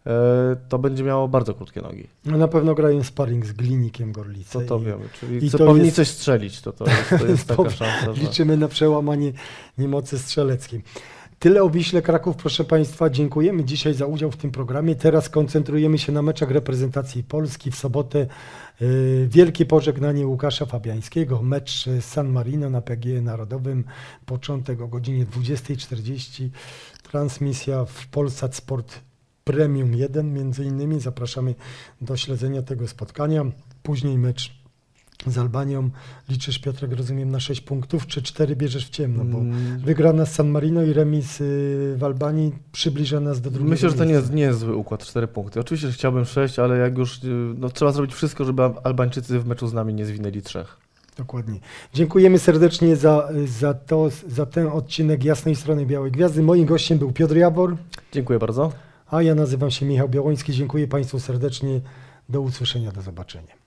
to będzie miało bardzo krótkie nogi. No na pewno grają sparring z Glinikiem Gorlice. To to i, wiemy, czyli i co to powinni jest, coś strzelić, to, to jest, to jest taka szansa. Że... Liczymy na przełamanie niemocy strzeleckiej. Tyle o Wiśle Kraków, proszę Państwa. Dziękujemy dzisiaj za udział w tym programie. Teraz koncentrujemy się na meczach reprezentacji Polski. W sobotę y, wielkie pożegnanie Łukasza Fabiańskiego. Mecz z San Marino na P G E Narodowym. Początek o godzinie dwudziestej czterdzieści. Transmisja w Polsat Sport Premium jeden między innymi. Zapraszamy do śledzenia tego spotkania. Później mecz z Albanią. Liczysz, Piotrek, rozumiem, na sześć punktów, czy cztery bierzesz w ciemno? Bo wygrana z San Marino i remis w Albanii przybliża nas do drugiego Myślę, że to nie miejsca. jest, nie jest zły układ, cztery punkty. Oczywiście, że chciałbym sześć, ale jak już no, trzeba zrobić wszystko, żeby Albańczycy w meczu z nami nie zwinęli trzech. Dokładnie. Dziękujemy serdecznie za, za, to, za ten odcinek Jasnej Strony Białej Gwiazdy. Moim gościem był Piotr Jawor. Dziękuję bardzo. A ja nazywam się Michał Białoński. Dziękuję Państwu serdecznie. Do usłyszenia, do zobaczenia.